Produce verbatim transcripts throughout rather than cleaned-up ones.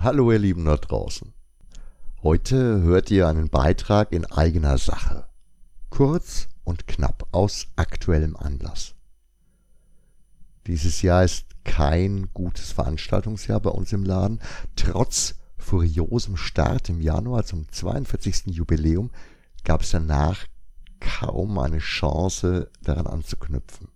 Hallo ihr Lieben da draußen. Heute hört ihr einen Beitrag in eigener Sache. Kurz und knapp aus aktuellem Anlass. Dieses Jahr ist kein gutes Veranstaltungsjahr bei uns im Laden. Trotz furiosem Start im Januar zum zweiundvierzigsten Jubiläum gab es danach kaum eine Chance, daran anzuknüpfen.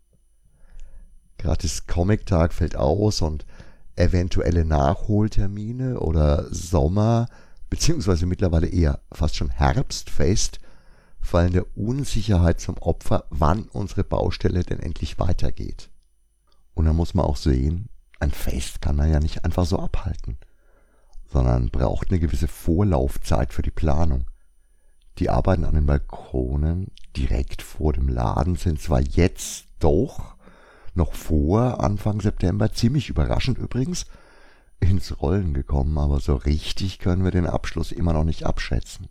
Gratis Comic-Tag fällt aus und eventuelle Nachholtermine oder Sommer- bzw. mittlerweile eher fast schon Herbstfest fallen der Unsicherheit zum Opfer, wann unsere Baustelle denn endlich weitergeht. Und da muss man auch sehen, ein Fest kann man ja nicht einfach so abhalten, sondern braucht eine gewisse Vorlaufzeit für die Planung. Die Arbeiten an den Balkonen direkt vor dem Laden sind zwar jetzt doch noch vor Anfang September, ziemlich überraschend übrigens, ins Rollen gekommen, aber so richtig können wir den Abschluss immer noch nicht abschätzen.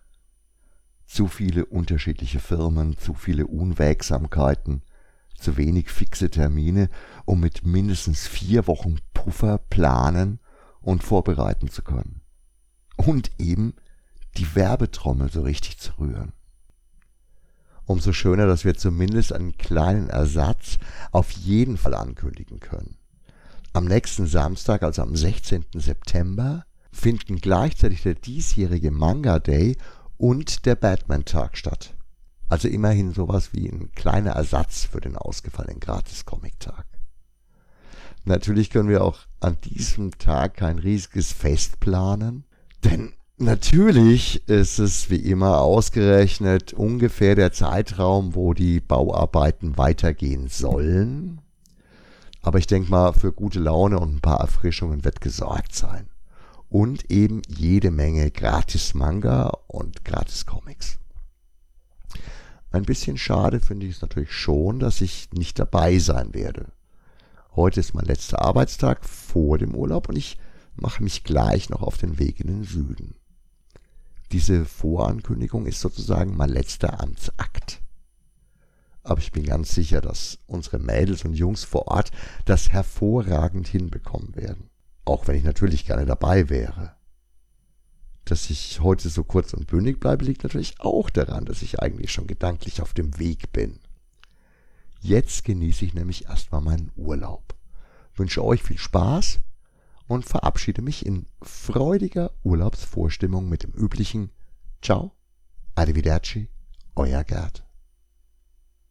Zu viele unterschiedliche Firmen, zu viele Unwägsamkeiten, zu wenig fixe Termine, um mit mindestens vier Wochen Puffer planen und vorbereiten zu können. Und eben die Werbetrommel so richtig zu rühren. Umso schöner, dass wir zumindest einen kleinen Ersatz auf jeden Fall ankündigen können. Am nächsten Samstag, also am sechzehnten September, finden gleichzeitig der diesjährige Manga Day und der Batman-Tag statt. Also immerhin sowas wie ein kleiner Ersatz für den ausgefallenen Gratis-Comic-Tag. Natürlich können wir auch an diesem Tag kein riesiges Fest planen, denn natürlich ist es wie immer ausgerechnet ungefähr der Zeitraum, wo die Bauarbeiten weitergehen sollen. Aber ich denke mal, für gute Laune und ein paar Erfrischungen wird gesorgt sein. Und eben jede Menge Gratis-Manga und Gratis-Comics. Ein bisschen schade finde ich es natürlich schon, dass ich nicht dabei sein werde. Heute ist mein letzter Arbeitstag vor dem Urlaub und ich mache mich gleich noch auf den Weg in den Süden. Diese Vorankündigung ist sozusagen mein letzter Amtsakt. Aber ich bin ganz sicher, dass unsere Mädels und Jungs vor Ort das hervorragend hinbekommen werden. Auch wenn ich natürlich gerne dabei wäre. Dass ich heute so kurz und bündig bleibe, liegt natürlich auch daran, dass ich eigentlich schon gedanklich auf dem Weg bin. Jetzt genieße ich nämlich erstmal meinen Urlaub. Wünsche euch viel Spaß und verabschiede mich in freudiger Urlaubsvorstimmung mit dem üblichen Ciao, Arrivederci, euer Gerd.